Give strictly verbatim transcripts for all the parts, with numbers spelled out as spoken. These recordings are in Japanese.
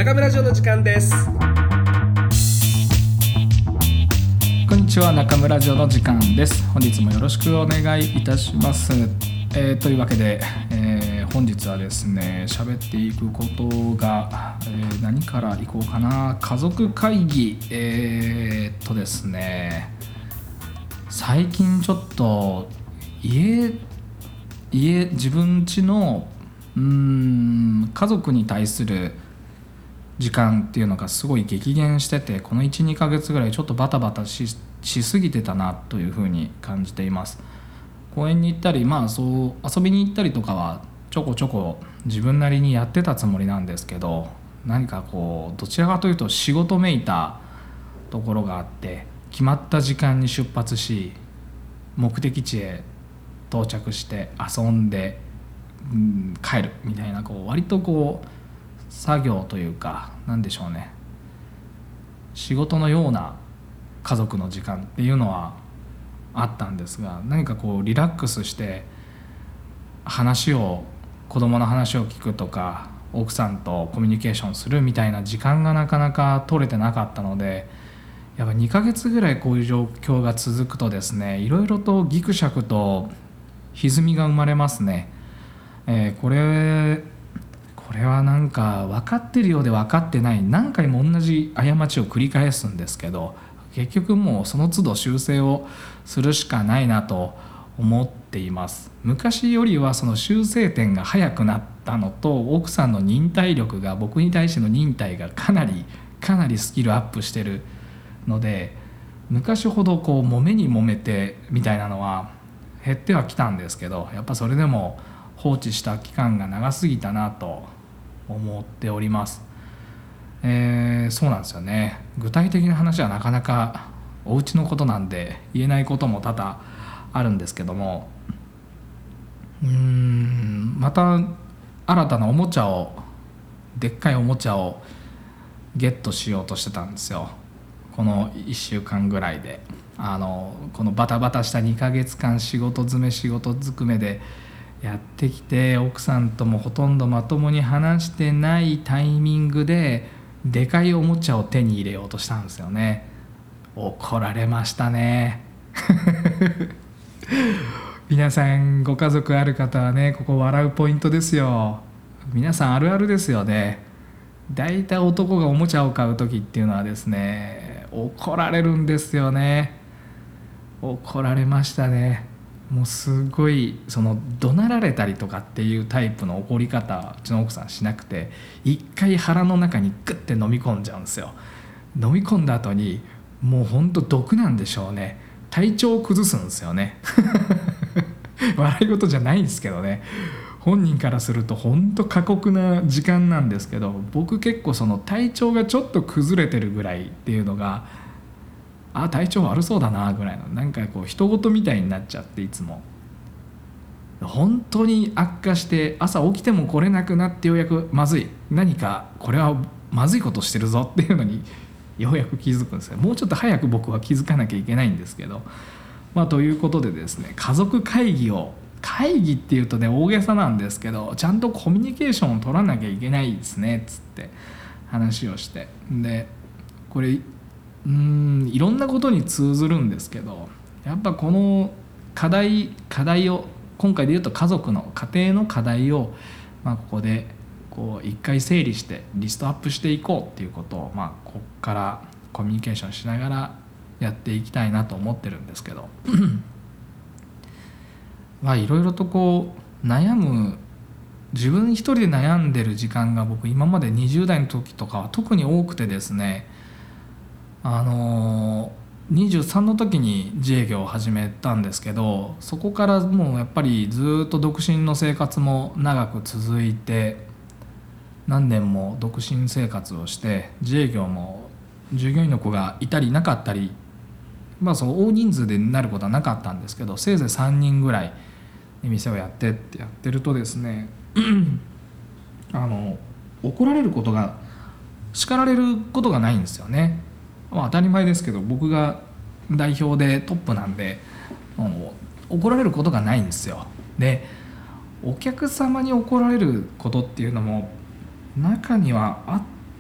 中村城の時間です。 こんにちは、中村城の時間です。本日もよろしくお願いいたします。えー、というわけで、えー、本日はですね、喋っていくことが、えー、何からいこうかな。家族会議、えー、とですね、最近ちょっと家家自分家のうーん家族に対する時間っていうのがすごい激減してて、この いち,に ヶ月ぐらいちょっとバタバタ し, しすぎてたなというふうに感じています。公園に行ったり、まあそう遊びに行ったりとかはちょこちょこ自分なりにやってたつもりなんですけど、何かこうどちらかというと仕事めいたところがあって、決まった時間に出発し目的地へ到着して遊んで、うん、帰るみたいな、こう割とこう作業というか、なんでしょうね、仕事のような家族の時間っていうのはあったんですが、何かこうリラックスして話を子供の話を聞くとか、奥さんとコミュニケーションするみたいな時間がなかなか取れてなかったので、やっぱにかげつぐらいこういう状況が続くとですね、いろいろとギクシャクと歪みが生まれますね。えー、これこれはなんか分かってるようで分かってない、何回も同じ過ちを繰り返すんですけど、結局もうその都度修正をするしかないなと思っています。昔よりはその修正点が早くなったのと、奥さんの忍耐力が、僕に対しての忍耐がかなりかなりスキルアップしてるので、昔ほどこう揉めに揉めてみたいなのは減ってはきたんですけど、やっぱそれでも放置した期間が長すぎたなと思っております。えー、そうなんですよね。具体的な話はなかなかお家のことなんで言えないことも多々あるんですけども、うーんまた新たなおもちゃをでっかいおもちゃをゲットしようとしてたんですよ、このいっしゅうかんぐらいで。あのこのバタバタしたにかげつかん、仕事詰め仕事ずくめでやってきて、奥さんともほとんどまともに話してないタイミングででかいおもちゃを手に入れようとしたんですよね。怒られましたね皆さんご家族ある方はね、ここ笑うポイントですよ。皆さんあるあるですよね。だいたい男がおもちゃを買う時っていうのはですね、怒られるんですよね。怒られましたね。もうすごいその怒鳴られたりとかっていうタイプの怒り方はうちの奥さんしなくて、一回腹の中にグッて飲み込んじゃうんですよ。飲み込んだ後にもうほんと毒なんでしょうね、体調を崩すんですよね笑い事じゃないんですけどね、本人からすると本当過酷な時間なんですけど、僕結構その体調がちょっと崩れてるぐらいっていうのが、あ、体調悪そうだなぐらいの、なんかこう人事みたいになっちゃって、いつも本当に悪化して朝起きても来れなくなって、ようやくまずい、何かこれはまずいことしてるぞっていうのにようやく気づくんですよ。もうちょっと早く僕は気づかなきゃいけないんですけど、まあということでですね、家族会議を会議っていうとね大げさなんですけど、ちゃんとコミュニケーションを取らなきゃいけないですねっつって話をして、でこれうーんいろんなことに通ずるんですけど、やっぱこの課題課題を今回で言うと家族の家庭の課題を、まあ、ここでこう一回整理してリストアップしていこうっていうことを、まあ、ここからコミュニケーションしながらやっていきたいなと思ってるんですけどまあいろいろとこう悩む、自分一人で悩んでる時間が僕今までにじゅう代の時とかは特に多くてですね、あのにじゅうさんの時に自営業を始めたんですけど、そこからもうやっぱりずっと独身の生活も長く続いて、何年も独身生活をして、自営業も従業員の子がいたりいなかったり、まあその大人数でなることはなかったんですけど、せいぜいさんにんぐらいで店をやってってやってるとですねあの怒られることが、叱られることがないんですよね。まあ、当たり前ですけど、僕が代表でトップなんで怒られることがないんですよ。でお客様に怒られることっていうのも中にはあっ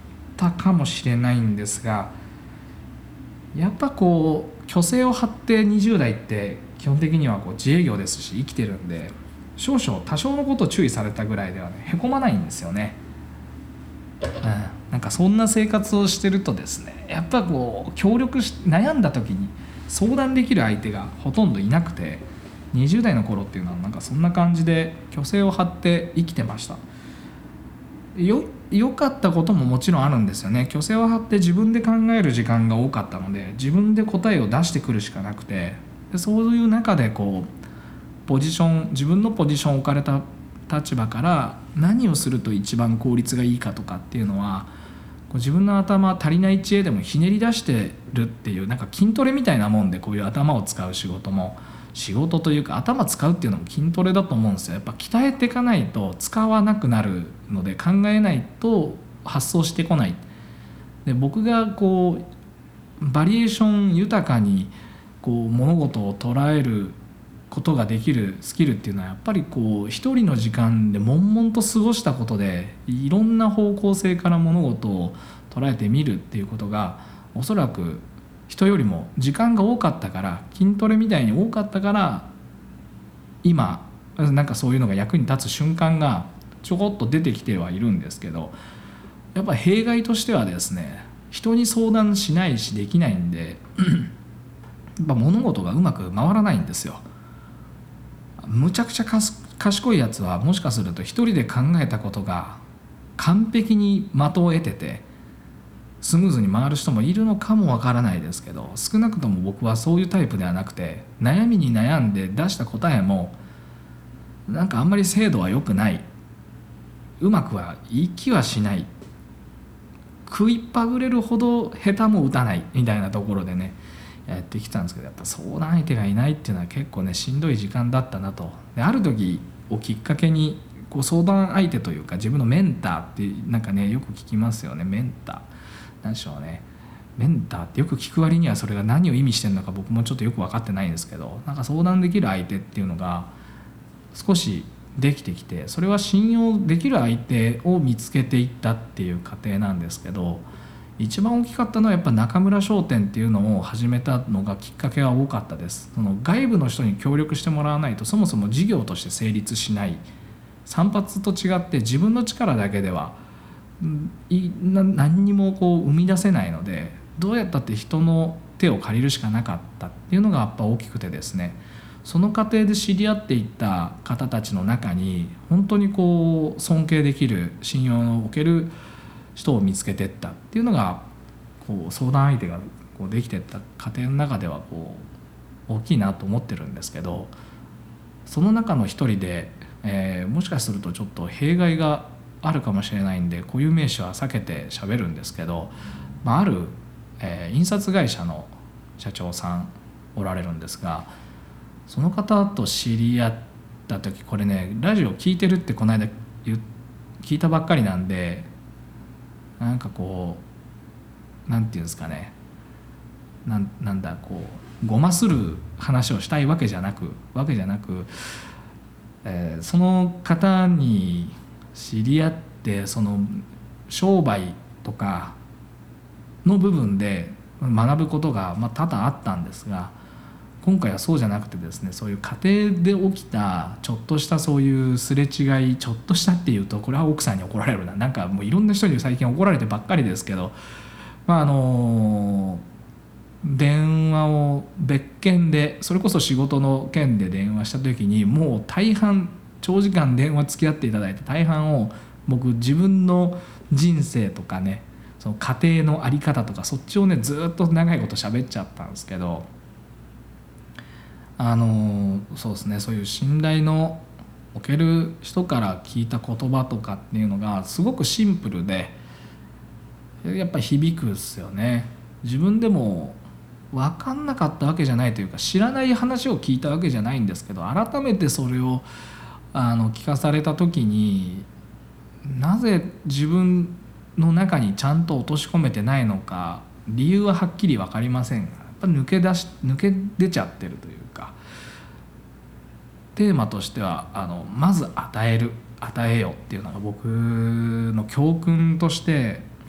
たかもしれないんですが、やっぱこう虚勢を張ってにじゅう代って基本的にはこう自営業ですし生きてるんで、少々多少のことを注意されたぐらいではねへこまないんですよね。うん、なんかそんな生活をしてるとですね、やっぱこう協力し悩んだ時に相談できる相手がほとんどいなくて、にじゅう代の頃っていうのはなんかそんな感じで虚勢を張って生きてました。よ良かったことももちろんあるんですよね。虚勢を張って自分で考える時間が多かったので、自分で答えを出してくるしかなくて、でそういう中でこうポジション自分のポジションを置かれた立場から何をすると一番効率がいいかとかっていうのは、こう自分の頭足りない知恵でもひねり出してるっていう、なんか筋トレみたいなもんで、こういう頭を使う仕事も仕事というか頭使うっていうのも筋トレだと思うんですよ。やっぱ鍛えていかないと使わなくなるので、考えないと発想してこない。で僕がこうバリエーション豊かにこう物事を捉えることができるスキルっていうのは、やっぱりこう一人の時間で悶々と過ごしたことでいろんな方向性から物事を捉えてみるっていうことが、おそらく人よりも時間が多かったから、筋トレみたいに多かったから、今なんかそういうのが役に立つ瞬間がちょこっと出てきてはいるんですけど、やっぱ弊害としてはですね、人に相談しないしできないんでやっぱ物事がうまく回らないんですよ。むちゃくちゃ賢いやつはもしかすると一人で考えたことが完璧に的を得ててスムーズに回る人もいるのかもわからないですけど、少なくとも僕はそういうタイプではなくて、悩みに悩んで出した答えもなんかあんまり精度は良くない、うまくはいきはしない、食いっぱぐれるほど下手も打たないみたいなところでねやってきたんですけど、やっぱ相談相手がいないっていうのは結構ねしんどい時間だったなと。である時をきっかけにこう相談相手というか、自分のメンターってなんかねよく聞きますよね。メンターなんでしょうね、メンターってよく聞く割にはそれが何を意味してるのか僕もちょっとよく分かってないんですけど、なんか相談できる相手っていうのが少しできてきて、それは信用できる相手を見つけていったっていう過程なんですけど、一番大きかったのはやっぱ中村商店っていうのを始めたのがきっかけが多かったです。その外部の人に協力してもらわないとそもそも事業として成立しない。散髪と違って自分の力だけではいな何にもこう生み出せないので、どうやったって人の手を借りるしかなかったっていうのがやっぱ大きくてですね、その過程で知り合っていった方たちの中に本当にこう尊敬できる信用のおける人を見つけていったっていうのが、こう相談相手がこうできていった過程の中ではこう大きいなと思ってるんですけど、その中の一人で、えー、もしかするとちょっと弊害があるかもしれないんで固有名詞は避けて喋るんですけど、まあ、ある、えー、印刷会社の社長さんおられるんですが、その方と知り合った時、これねラジオ聞いてるってこの間聞いたばっかりなんで、なんかこうなんていうんですかね、な ん, なんだこうごまする話をしたいわけじゃなくわけじゃなく、えー、その方に知り合って、その商売とかの部分で学ぶことがまあ多々あったんですが、今回はそうじゃなくてですね、そういう家庭で起きたちょっとしたそういうすれ違い、ちょっとしたっていうとこれは奥さんに怒られるな、なんかもういろんな人に最近怒られてばっかりですけど、まああの電話を別件で、それこそ仕事の件で電話した時に、もう大半長時間電話付き合っていただいて大半を僕自分の人生とかね、その家庭の在り方とかそっちをねずっと長いこと喋っちゃったんですけど、あのそうですね、そういう信頼のおける人から聞いた言葉とかっていうのがすごくシンプルでやっぱり響くっすよね。自分でも分かんなかったわけじゃないというか、知らない話を聞いたわけじゃないんですけど、改めてそれをあの聞かされた時に、なぜ自分の中にちゃんと落とし込めてないのか理由ははっきり分かりませんが、やっぱ抜け出し抜け出ちゃってるというか、テーマとしてはあのまず与える与えよっていうのが僕の教訓として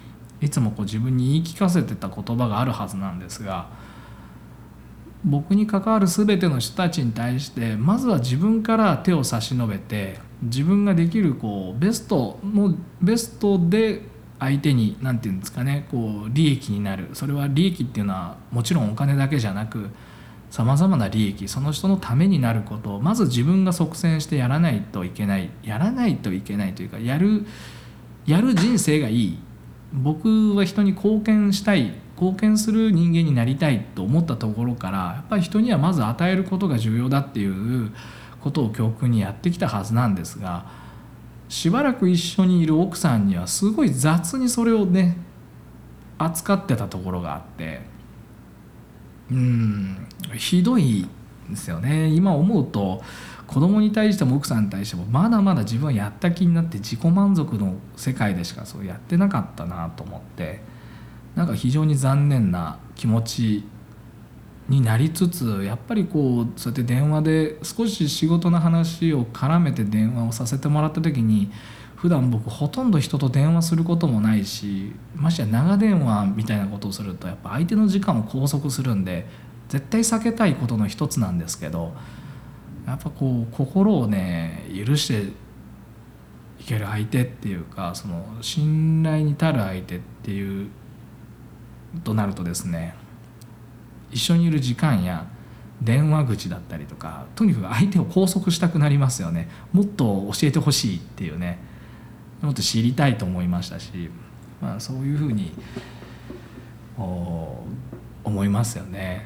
いつもこう自分に言い聞かせてた言葉があるはずなんですが、僕に関わる全ての人たちに対してまずは自分から手を差し伸べて、自分ができるこうベストのベストで相手に何て言うんですかね、こう利益になる、それは利益っていうのはもちろんお金だけじゃなくさまざまな利益、その人のためになることをまず自分が率先してやらないといけないやらないといけないというか、やるやる人生がいい。僕は人に貢献したい、貢献する人間になりたいと思ったところから、やっぱり人にはまず与えることが重要だっていうことを教訓にやってきたはずなんですが、しばらく一緒にいる奥さんにはすごい雑にそれをね扱ってたところがあって、うーんひどいですよね。今思うと子供に対しても奥さんに対してもまだまだ自分はやった気になって自己満足の世界でしかそうやってなかったなと思って、なんか非常に残念な気持ちになりつつ、やっぱりこうそうやって電話で少し仕事の話を絡めて電話をさせてもらった時に、普段僕ほとんど人と電話することもないし、ましてや長電話みたいなことをするとやっぱ相手の時間を拘束するんで絶対避けたいことの一つなんですけど、やっぱこう心をね許していける相手っていうか、その信頼に足る相手っていうとなるとですね、一緒にいる時間や電話口だったりとか、とにかく相手を拘束したくなりますよね。もっと教えてほしいっていうね、もっと知りたいと思いましたし、まあ、そういうふうに思いますよね。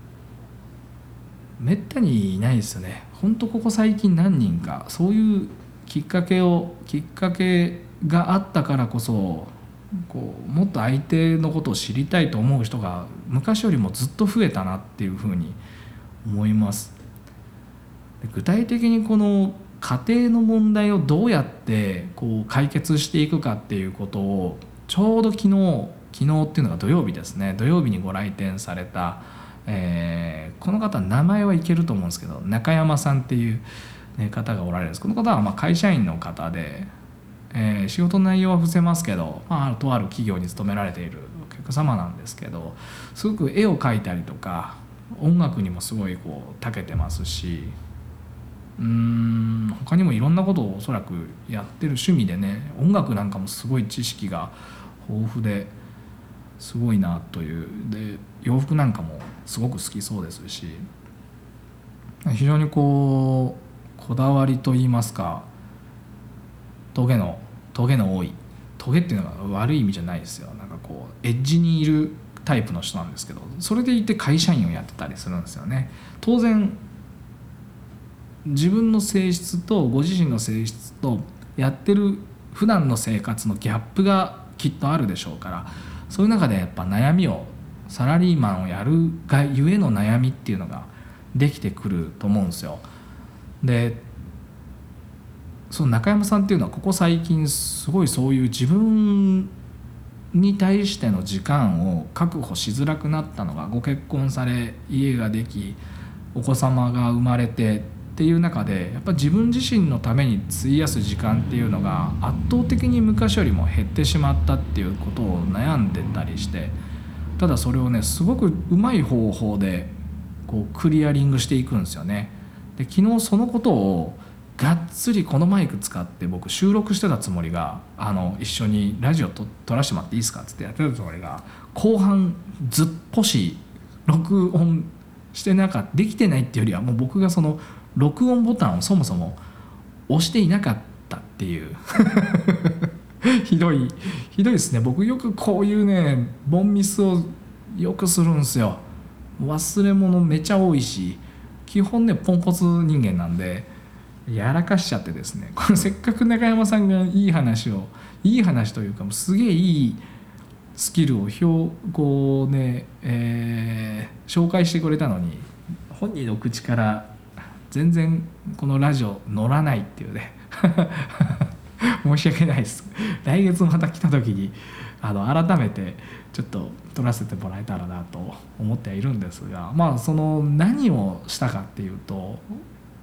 めったにいないですよね。ほんとここ最近何人かそういうきっかけをきっかけがあったからこそ、こうもっと相手のことを知りたいと思う人が昔よりもずっと増えたなっていうふうに思います。具体的にこの家庭の問題をどうやってこう解決していくかっていうことを、ちょうど昨日昨日っていうのが土曜日ですね、土曜日にご来店された、えー、この方名前はいけると思うんですけど、中山さんっていう、ね、方がおられるんです。この方はまあ会社員の方で、えー、仕事の内容は伏せますけど、まあ、とある企業に勤められているお客様なんですけど、すごく絵を描いたりとか音楽にもすごいこう長けてますし、うーん他にもいろんなことをおそらくやってる趣味でね、音楽なんかもすごい知識が豊富ですごいなという。で洋服なんかもすごく好きそうですし、非常にこうこだわりといいますか、トゲのトゲの多い、トゲっていうのが悪い意味じゃないですよ。なんかこうエッジにいるタイプの人なんですけど、それでいて会社員をやってたりするんですよね。当然自分の性質とご自身の性質とやってる普段の生活のギャップがきっとあるでしょうから、そういう中でやっぱ悩みを、サラリーマンをやるがゆえの悩みっていうのができてくると思うんですよ。でその中山さんっていうのはここ最近すごいそういう自分に対しての時間を確保しづらくなったのが、ご結婚され家ができお子様が生まれてっていう中で、やっぱ自分自身のために費やす時間っていうのが圧倒的に昔よりも減ってしまったっていうことを悩んでたりして、ただそれをねすごくうまい方法でこうクリアリングしていくんですよね。で昨日そのことをがっつりこのマイク使って僕収録してたつもりが、あの一緒にラジオと撮らせてもらっていいですかっつってやってたつもりが、後半ずっぽし録音してなかった、できてないっていうよりはもう僕がその録音ボタンをそもそも押していなかったっていうひどいひどいですね。僕よくこういうねボンミスをよくするんですよ。忘れ物めちゃ多いし、基本ねポンコツ人間なんでやらかしちゃってですね、これせっかく中山さんがいい話をいい話というかすげえいいスキルを表こうね、えー、紹介してくれたのに、本人の口から全然このラジオ乗らないっていうね申し訳ないです。来月また来た時にあの改めてちょっと撮らせてもらえたらなと思ってはいるんですが、まあその何をしたかっていうと、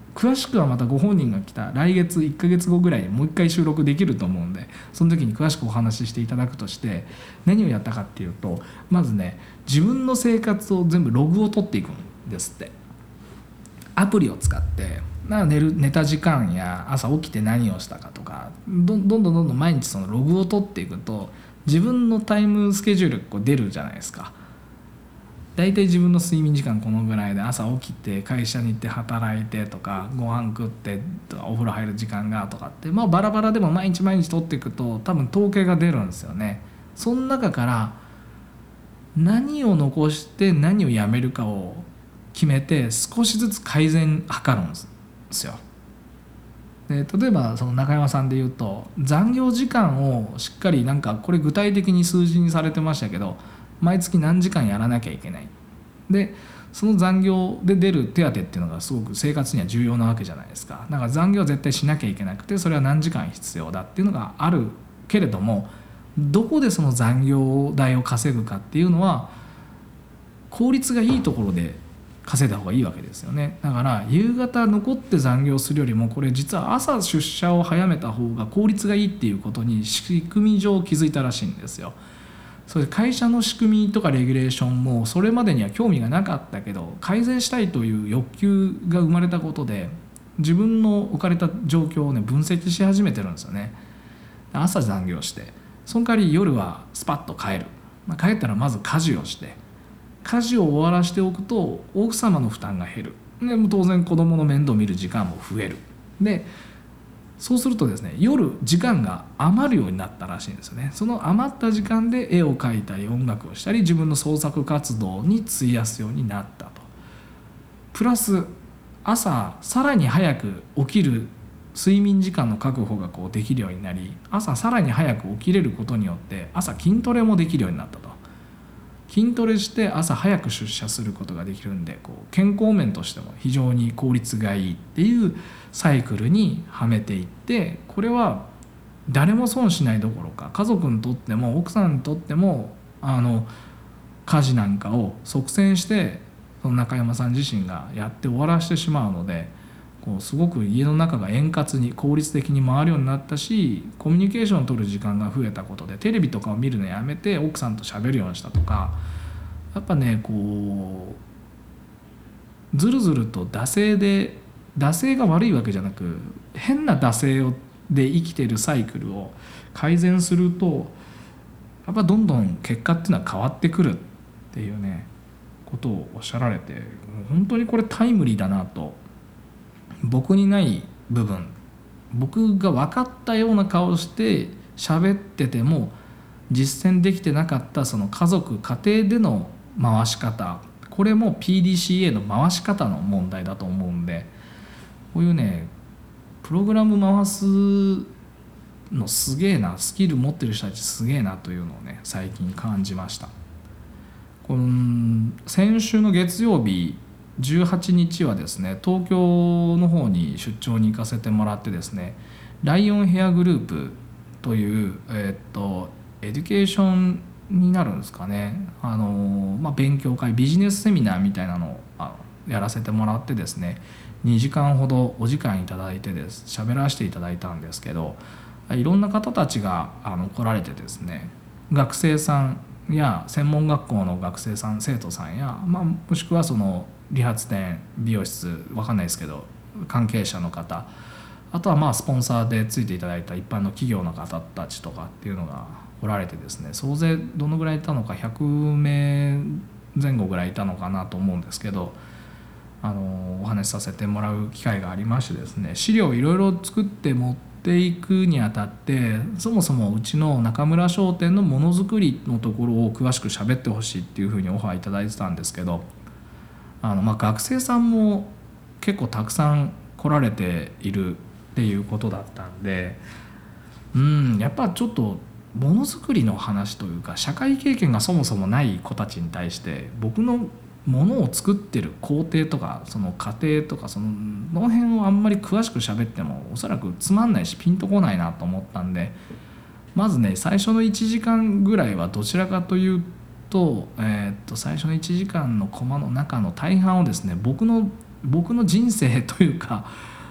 詳しくはまたご本人が来た来月いっかげつごぐらいにもう一回収録できると思うんで、その時に詳しくお話ししていただくとして、何をやったかっていうと、まずね自分の生活を全部ログを取っていくんですって。アプリを使って寝る寝た時間や朝起きて何をしたかとか、どんどんどんどん毎日そのログを取っていくと自分のタイムスケジュールこう出るじゃないですか。だいたい自分の睡眠時間このぐらいで、朝起きて会社に行って働いてとか、ご飯食ってとかお風呂入る時間がとかって、まあバラバラでも毎日毎日取っていくと多分統計が出るんですよね。その中から何を残して何をやめるかを決めて少しずつ改善図るんですよ。で例えばその中山さんで言うと、残業時間をしっかり、なんかこれ具体的に数字にされてましたけど、毎月何時間やらなきゃいけない。でその残業で出る手当っていうのがすごく生活には重要なわけじゃないですか。だから残業は絶対しなきゃいけなくて、それは何時間必要だっていうのがあるけれども、どこでその残業代を稼ぐかっていうのは効率がいいところで稼いだ方がいいわけですよね。だから夕方残って残業するよりも、これ実は朝出社を早めた方が効率がいいっていうことに仕組み上気づいたらしいんですよ。それで会社の仕組みとかレギュレーションもそれまでには興味がなかったけど、改善したいという欲求が生まれたことで自分の置かれた状況をね分析し始めてるんですよね。朝残業して、その代わり夜はスパッと帰る、まあ、帰ったらまず家事をして、家事を終わらしておくと奥様の負担が減る。でも当然子供の面倒を見る時間も増える。でそうするとですね、夜時間が余るようになったらしいんですよね。その余った時間で絵を描いたり音楽をしたり自分の創作活動に費やすようになったと。プラス朝さらに早く起きる睡眠時間の確保がこうできるようになり、朝さらに早く起きれることによって朝筋トレもできるようになったと。筋トレして朝早く出社することができるんで、こう健康面としても非常に効率がいいっていうサイクルにはめていって、これは誰も損しないどころか、家族にとっても奥さんにとってもあの家事なんかを率先してその中山さん自身がやって終わらせてしまうので、こうすごく家の中が円滑に効率的に回るようになったし、コミュニケーションを取る時間が増えたことでテレビとかを見るのやめて奥さんと喋るようにしたとか、やっぱねこうずるずると惰性で、惰性が悪いわけじゃなく変な惰性をで生きてるサイクルを改善すると、やっぱどんどん結果っていうのは変わってくるっていうねことをおっしゃられて、本当にこれタイムリーだなと。僕にない部分、僕が分かったような顔して喋ってても実践できてなかったその家族家庭での回し方、これも ピーディーシーエー の回し方の問題だと思うんで、こういうねプログラム回すのすげえな、スキル持ってる人たちすげえなというのをね最近感じました。この先週の月曜日じゅうはちにちはですね、東京の方に出張に行かせてもらってですね、ライオンヘアグループという、えー、っとエデュケーションになるんですかね、あの、まあ、勉強会ビジネスセミナーみたいなのをあやらせてもらってですね、にじかんほどお時間いただいてです喋らせていただいたんですけど、いろんな方たちがあの来られてですね、学生さんや専門学校の学生さん生徒さんや、まあ、もしくはその理髪店美容室わかんないですけど関係者の方、あとはまあスポンサーでついていただいた一般の企業の方たちとかっていうのがおられてですね、総勢どのぐらいいたのかひゃくめいぜん後ぐらいいたのかなと思うんですけど、あのお話しさせてもらう機会がありましてですね、資料をいろいろ作って持っていくにあたって、そもそもうちの中村商店のものづくりのところを詳しく喋ってほしいっていうふうにオファーいただいてたんですけど、あのまあ学生さんも結構たくさん来られているっていうことだったんで、うんやっぱちょっとものづくりの話というか社会経験がそもそもない子たちに対して僕のものを作ってる工程とかその過程とかそのの辺をあんまり詳しく喋ってもおそらくつまんないしピンとこないなと思ったんで、まずね最初のいちじかんぐらいはどちらかというと、えー、っと最初のいちじかんのコマの中の大半をですね僕の僕の人生というか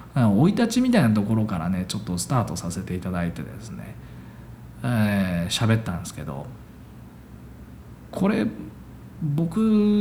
生い立ちみたいなところからねちょっとスタートさせていただいてですねえー、喋ったんですけど、これ僕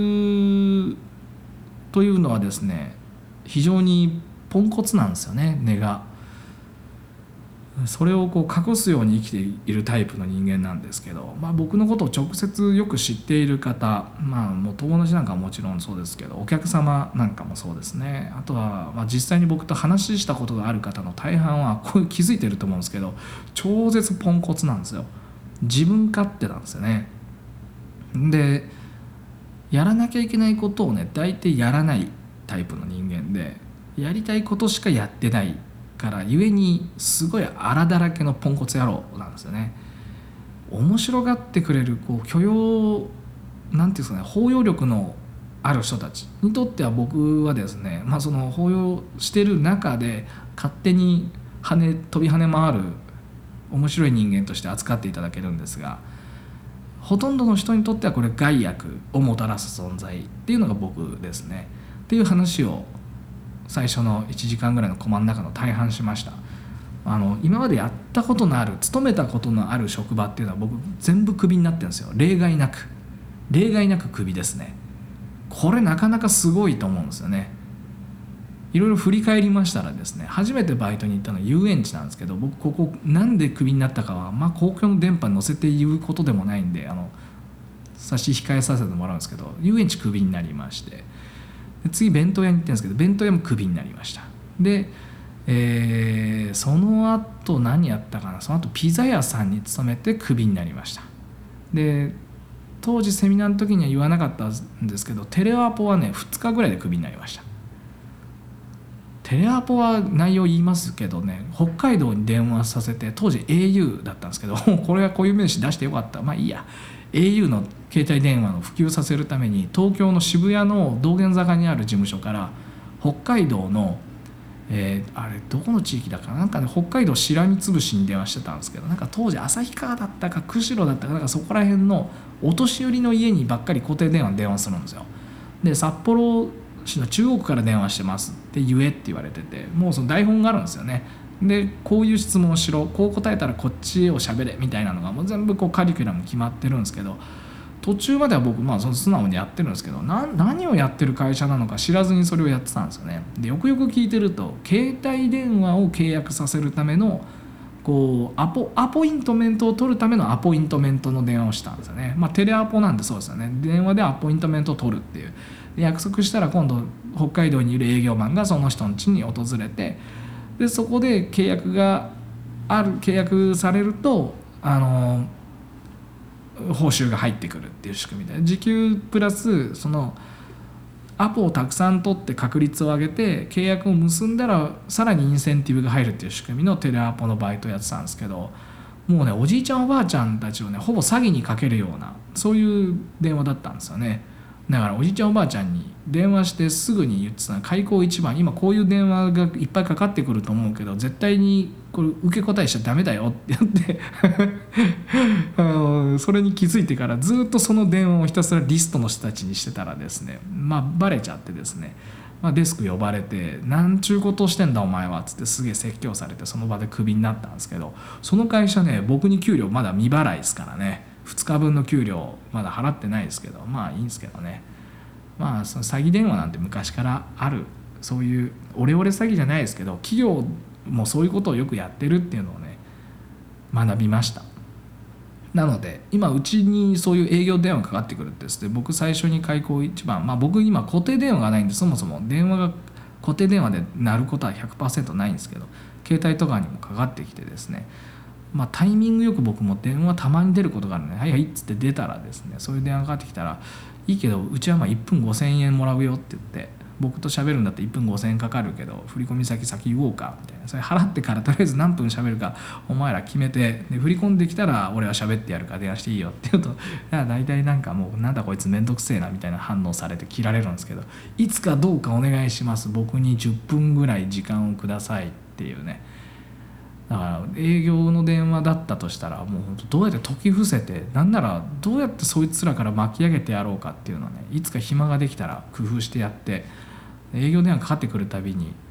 というのはですね非常にポンコツなんですよね。根がそれをこう隠すように生きているタイプの人間なんですけど、まあ、僕のことを直接よく知っている方、まあ、もう友達なんかはもちろんそうですけどお客様なんかもそうですね。あとはまあ実際に僕と話したことがある方の大半はこう気づいてると思うんですけど超絶ポンコツなんですよ。自分勝手なんですよね。でやらなきゃいけないことをね大体やらないタイプの人間でやりたいことしかやってないからゆえにすごい荒だらけのポンコツ野郎なんですよね。面白がってくれるこう許容なんていうんですかね包容力のある人たちにとっては僕はですね、まあ、その包容してる中で勝手に跳ね飛び跳ね回る面白い人間として扱っていただけるんですが、ほとんどの人にとってはこれ害悪をもたらす存在っていうのが僕ですねっていう話を最初のいちじかんぐらいのコマの中の大半しました。あの今までやったことのある勤めたことのある職場っていうのは僕全部クビになってるんですよ。例外なく例外なくクビですね。これなかなかすごいと思うんですよね。いろいろ振り返りましたらですね初めてバイトに行ったのは遊園地なんですけど、僕ここなんでクビになったかは、まあ、公共の電波に載せて言うことでもないんであの差し控えさせてもらうんですけど遊園地クビになりまして、で次弁当屋に行ってるんですけど弁当屋もクビになりました。で、えー、その後何やったかなその後ピザ屋さんに勤めてクビになりました。で当時セミナーの時には言わなかったんですけどテレアポはねふつかぐらいでクビになりました。テレアポは内容言いますけどね北海道に電話させて当時 エーユー だったんですけどこれは固有名詞出してよかったまあいいや エーユー の携帯電話の普及させるために東京の渋谷の道玄坂にある事務所から北海道の、えー、あれどこの地域だかななんかね北海道しらみつぶしに電話してたんですけどなんか当時旭川だったか釧路だったかなんかそこら辺のお年寄りの家にばっかり固定電話に電話するんですよ。で札幌市の中央区から電話してますって言えって言われててもうその台本があるんですよね。でこういう質問をしろこう答えたらこっちを喋れみたいなのがもう全部こうカリキュラム決まってるんですけど途中までは僕まあその素直にやってるんですけどな何をやってる会社なのか知らずにそれをやってたんですよね。でよくよく聞いてると携帯電話を契約させるためのこうアポ、アポイントメントを取るためのアポイントメントの電話をしたんですよね。まあテレアポなんでそうですよね。電話でアポイントメントを取るっていう約束したら今度北海道にいる営業マンがその人の家に訪れてでそこで契約がある契約されるとあの報酬が入ってくるっていう仕組みで時給プラスそのアポをたくさん取って確率を上げて契約を結んだらさらにインセンティブが入るっていう仕組みのテレアポのバイトをやってたんですけどもうねおじいちゃんおばあちゃんたちをねほぼ詐欺にかけるようなそういう電話だったんですよね。だからおじいちゃんおばあちゃんに電話してすぐに言ってた開口一番今こういう電話がいっぱいかかってくると思うけど絶対にこれ受け答えしちゃダメだよって言ってあのそれに気づいてからずっとその電話をひたすらリストの人たちにしてたらですねまあバレちゃってですね、まあ、デスク呼ばれてなんちゅうことをしてんだお前はっつってすげえ説教されてその場でクビになったんですけどその会社ね僕に給料まだ未払いですからねふつかぶんの給料まだ払ってないですけどまあいいんですけどねまあその詐欺電話なんて昔からあるそういうオレオレ詐欺じゃないですけど企業もそういうことをよくやってるっていうのをね学びました。なので今うちにそういう営業電話かかってくるってですね僕最初に開口一番まあ僕今固定電話がないんでそもそも電話が固定電話で鳴ることは ひゃくパーセント ないんですけど携帯とかにもかかってきてですねまあタイミングよく僕も電話たまに出ることがあるのではいはいっつって出たらですねそういう電話かかってきたらいいけどうちはまあいっぷんごせんえんもらうよって言って僕と喋るんだっていっぷんごせんえんかかるけど振込先先言おうかみたいなそれ払ってからとりあえず何分喋るかお前ら決めてで振り込んできたら俺は喋ってやるから電話していいよって言うと大体なんかもうなんだこいつめんどくせえなみたいな反応されて切られるんですけどいつかどうかお願いします僕にじゅっぷんぐらい時間をくださいっていうねだから営業の電話だったとしたらもう本当どうやって解き伏せてなんならどうやってそいつらから巻き上げてやろうかっていうのをねいつか暇ができたら工夫してやって営業電話かかってくるたびに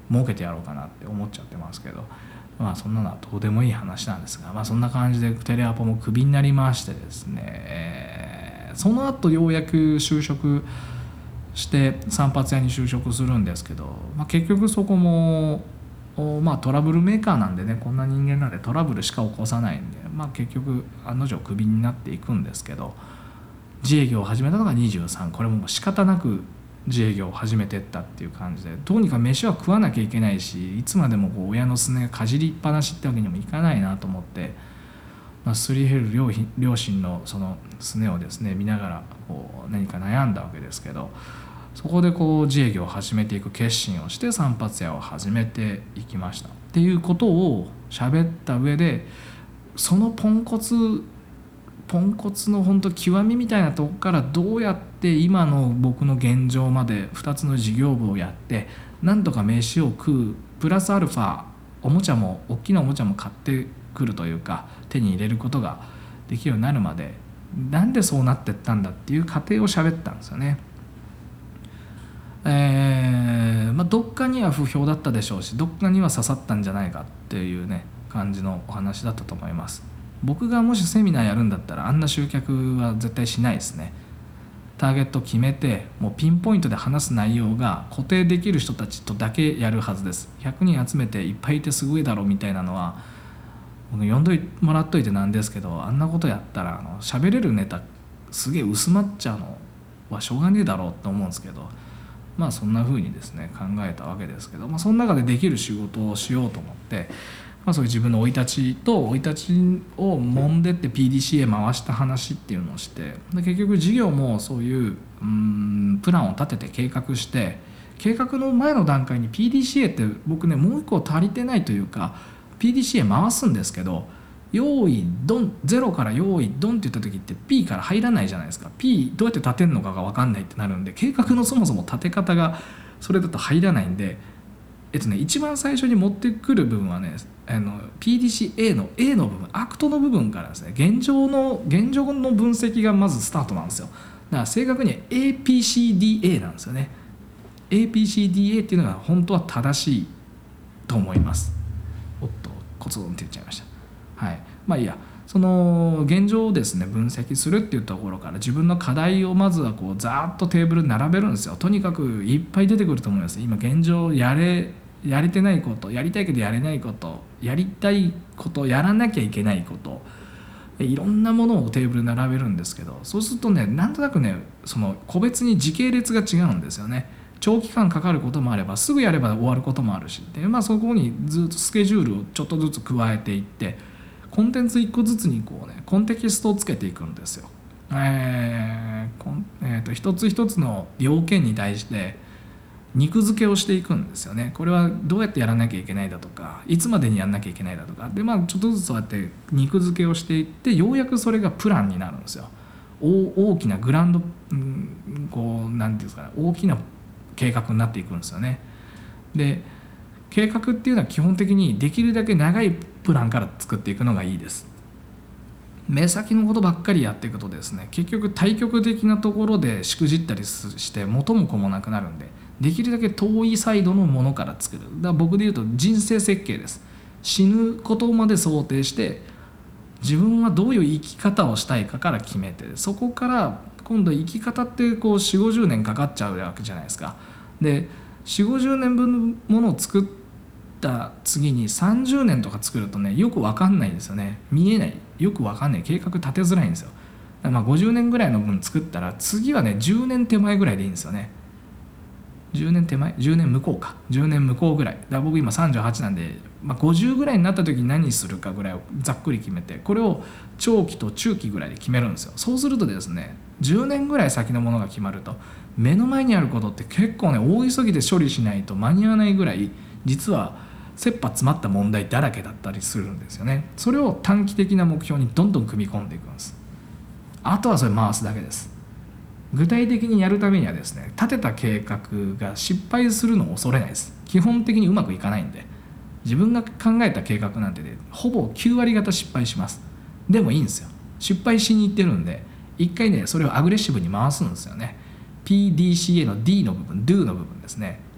儲けてやろうかなって思っちゃってますけど、まあそんなのはどうでもいい話なんですが、まあそんな感じでテレアポもクビになりましてですね、えー、その後ようやく就職して散髪屋に就職するんですけど、まあ、結局そこもまあトラブルメーカーなんでね、こんな人間なんでトラブルしか起こさないんで、まあ結局案の定クビになっていくんですけど、自営業を始めたのがにじゅうさん、これももう仕方なく自営業を始めてったっていう感じで、どうにか飯は食わなきゃいけないし、いつまでもこう親のすねがかじりっぱなしってわけにもいかないなと思って、まあ、すり減る両両親のそのすねをですね見ながらこう何か悩んだわけですけど、そこでこう自営業を始めていく決心をして散髪屋を始めていきましたっていうことを喋った上で、そのポンコツポンコツの本当極みみたいなとこからどうやって今の僕の現状までふたつの事業部をやってなんとか飯を食うプラスアルファおもちゃも大きなおもちゃも買ってくるというか手に入れることができるようになるまでなんでそうなってったんだっていう過程を喋ったんですよね。えーまあ、どっかには不評だったでしょうし、どっかには刺さったんじゃないかっていうね感じのお話だったと思います。僕がもしセミナーやるんだったらあんな集客は絶対しないですね。ターゲット決めてもうピンポイントで話す内容が固定できる人たちとだけやるはずです。ひゃくにん集めていっぱいいてすごいだろうみたいなのは僕呼んどいもらっといてなんですけど、あんなことやったらあの喋れるネタすげえ薄まっちゃうのはしょうがねえだろうと思うんですけど、まあそんな風にですね考えたわけですけど、まあ、その中でできる仕事をしようと思って、まあ、そういう自分の生い立ちと生い立ちを揉んでって ピーディーシー へ回した話っていうのをして、で結局事業もそういう、うーんプランを立てて計画して、計画の前の段階に ピーディーシー へって僕ねもう一個足りてないというか ピーディーシー へ回すんですけど、用意ドンゼロから用意ドンって言った時って P から入らないじゃないですか。 P どうやって立てるのかが分かんないってなるんで、計画のそもそも立て方がそれだと入らないんで、えっとね一番最初に持ってくる部分はねあの ピーディーシーエー の A の部分アクトの部分からですね現状の現状の分析がまずスタートなんですよ。だから正確には エーピーシーディーエー なんですよね。 エーピーシーディーエー っていうのが本当は正しいと思います。おっとコツンって言っちゃいました。はい、まあいいや、その現状をですね分析するっていうところから自分の課題をまずはこうざーっとテーブルに並べるんですよ。とにかくいっぱい出てくると思います。今現状やれやれてないこと、やりたいけどやれないこと、やりたいこと、やらなきゃいけないこと、いろんなものをテーブルに並べるんですけど、そうするとねなんとなくねその個別に時系列が違うんですよね。長期間かかることもあればすぐやれば終わることもあるし、で、まあ、そこにずっとスケジュールをちょっとずつ加えていってコンテンツいっこずつにこうねコンテキストをつけていくんですよ。えーこんえー、と一つ一つの要件に対して肉付けをしていくんですよね。これはどうやってやらなきゃいけないだとかいつまでにやらなきゃいけないだとかで、まあ、ちょっとずつそうやって肉付けをしていってようやくそれがプランになるんですよ。大きなグランド、うん、こうなんていうんですかね大きな計画になっていくんですよね。で計画っていうのは基本的にできるだけ長いプランから作っていくのがいいです。目先のことばっかりやっていくとですね結局対極的なところでしくじったりして元も子もなくなるんで、できるだけ遠いサイドのものから作る。だから僕で言うと人生設計です。死ぬことまで想定して自分はどういう生き方をしたいかから決めて、そこから今度生き方ってこう よんじゅうごじゅうねんかかっちゃうわけじゃないですか。でよんじゅうごじゅうねんぶんのものを作った次にさんじゅうねんとか作るとねよく分かんないんですよね。見えない、よく分かんない、計画立てづらいんですよ。だからまあごじゅうねんぐらいの分作ったら次はねじゅうねん手前ぐらいでいいんですよね。じゅうねん手前じゅうねん向こうかじゅうねん向こうぐらいだから僕今さんじゅうはちなんで、まあ、ごじゅうぐらいになった時に何するかぐらいをざっくり決めて、これを長期と中期ぐらいで決めるんですよ。そうするとですねじゅうねんぐらい先のものが決まると目の前にあることって結構ね大急ぎで処理しないと間に合わないぐらい実は切羽詰まった問題だらけだったりするんですよね。それを短期的な目標にどんどん組み込んでいくんです。あとはそれ回すだけです。具体的にやるためにはですね立てた計画が失敗するのを恐れないです。基本的にうまくいかないんで、自分が考えた計画なんてねほぼきゅうわりがた失敗します。でもいいんですよ、失敗しにいってるんで一回ねそれをアグレッシブに回すんですよね。 ピーディーシーエー の D の部分 Do の部分ですね。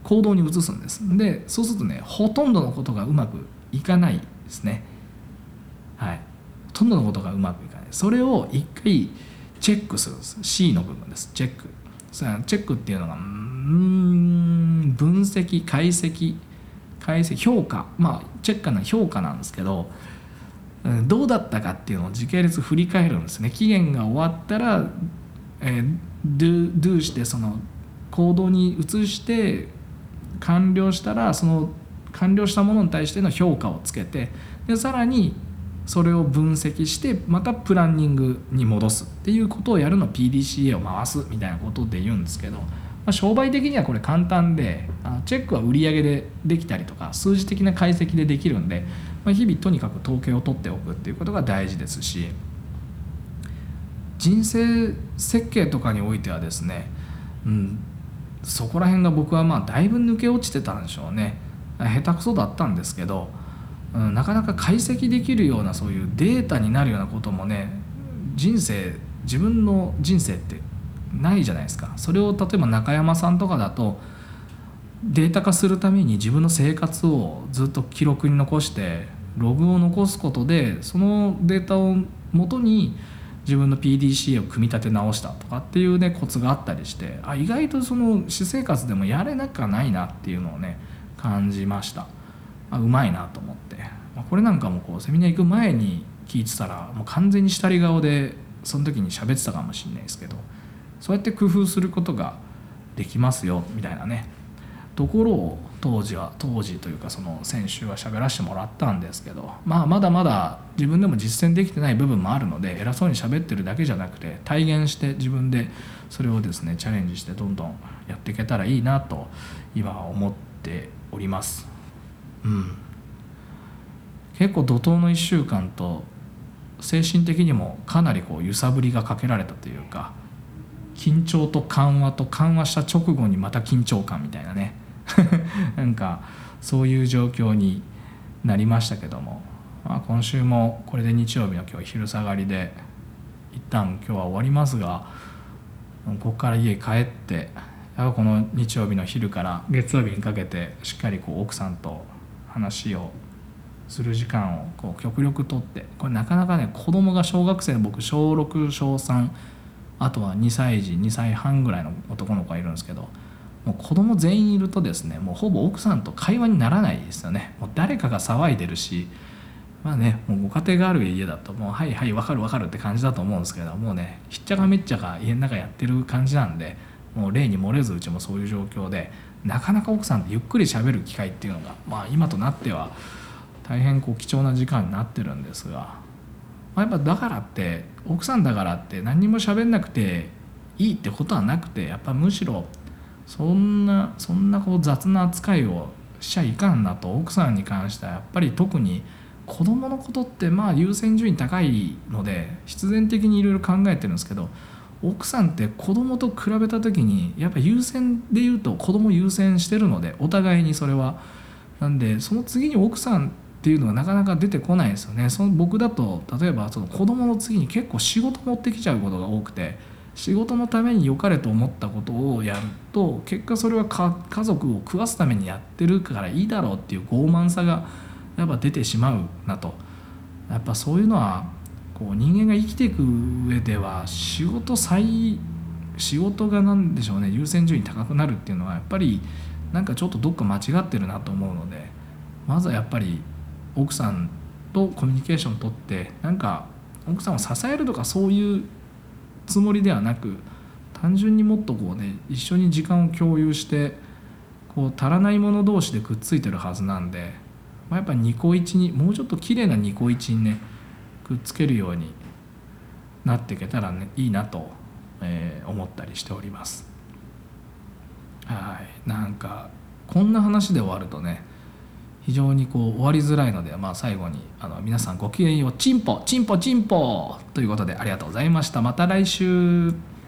行動に移すんです。でそうするとねほとんどのことがうまくいかないですね。はい、ほとんどのことがうまくいかない。それを一回チェックするんです。 C の部分です。チェック。チェックっていうのがうーん分析、解析解析評価、まあチェックの評価なんですけど、どうだったかっていうのを時系列振り返るんですね。期限が終わったら、えー、do, do してその行動に移して完了したらその完了したものに対しての評価をつけて、でさらにそれを分析してまたプランニングに戻すっていうことをやるのを ピーディーシーエー を回すみたいなことで言うんですけど、まあ、商売的にはこれ簡単で、あのチェックは売上でできたりとか数字的な解析でできるんで、まあ、日々とにかく統計を取っておくっていうことが大事ですし、人生設計とかにおいてはですね、うん、そこら辺が僕はまあだいぶ抜け落ちてたんでしょうね。下手くそだったんですけど、うん、なかなか解析できるようなそういうデータになるようなこともね、人生自分の人生ってないじゃないですか。それを例えば中山さんとかだとデータ化するために自分の生活をずっと記録に残してログを残すことで、そのデータを元に自分の ピーディーシーエー を組み立て直したとかっていうねコツがあったりして、あ意外とその私生活でもやれなくはないなっていうのをね感じました。あうまいなと思って、これなんかもこうセミナー行く前に聞いてたらもう完全に下り顔でその時に喋ってたかもしれないですけど、そうやって工夫することができますよみたいなねところを当時は当時というかその先週は喋らせてもらったんですけど、まあまだまだ自分でも実践できてない部分もあるので、偉そうに喋ってるだけじゃなくて体現して自分でそれをですねチャレンジしてどんどんやっていけたらいいなと今は思っております。うん、結構怒涛のいっしゅうかんと精神的にもかなりこう揺さぶりがかけられたというか、緊張と緩和と緩和した直後にまた緊張感みたいなねなんかそういう状況になりましたけども、まあ、今週もこれで日曜日の今日昼下がりで一旦今日は終わりますが、ここから家帰ってやっぱこの日曜日の昼から月曜日にかけてしっかりこう奥さんと話をする時間をこう極力とって、これなかなかね子供が小学生、僕小ろく小さん、あとはにさいじにさいはんぐらいの男の子がいるんですけど、もう子供全員いるとですねもうほぼ奥さんと会話にならないですよね。もう誰かが騒いでるし、まあねもうご家庭がある家だともうはいはい分かる分かるって感じだと思うんですけど、もうねひっちゃかめっちゃか家の中やってる感じなんで、もう例に漏れずうちもそういう状況で、なかなか奥さんとゆっくり喋る機会っていうのが、まあ、今となっては大変こう貴重な時間になってるんですが、まあ、やっぱだからって奥さんだからって何にも喋んなくていいってことはなくて、やっぱむしろそんなそんなこう雑な扱いをしちゃいかんなと、奥さんに関してはやっぱり特に子供のことってまあ優先順位高いので必然的にいろいろ考えてるんですけど、奥さんって子供と比べた時にやっぱ優先で言うと子供優先してるので、お互いにそれはなんでその次に奥さんっていうのがなかなか出てこないですよね。その僕だと例えばその子供の次に結構仕事持ってきちゃうことが多くて、仕事のために良かれと思ったことをやると結果それはか家族を食わすためにやってるからいいだろうっていう傲慢さがやっぱ出てしまうなと。やっぱそういうのはこう人間が生きていく上では仕事最仕事が何でしょうね優先順位高くなるっていうのはやっぱりなんかちょっとどっか間違ってるなと思うので、まずはやっぱり奥さんとコミュニケーションを取ってなんか奥さんを支えるとかそういうつもりではなく、単純にもっとこうね一緒に時間を共有してこう足らないもの同士でくっついてるはずなんで、まあ、やっぱニコイチにもうちょっと綺麗なニコイチにねくっつけるようになっていけたらねいいなと、えー、思ったりしております。はい、なんかこんな話で終わるとね非常にこう終わりづらいので、まあ、最後にあの皆さんごきげんよう、チンポチンポチンポということでありがとうございました。また来週。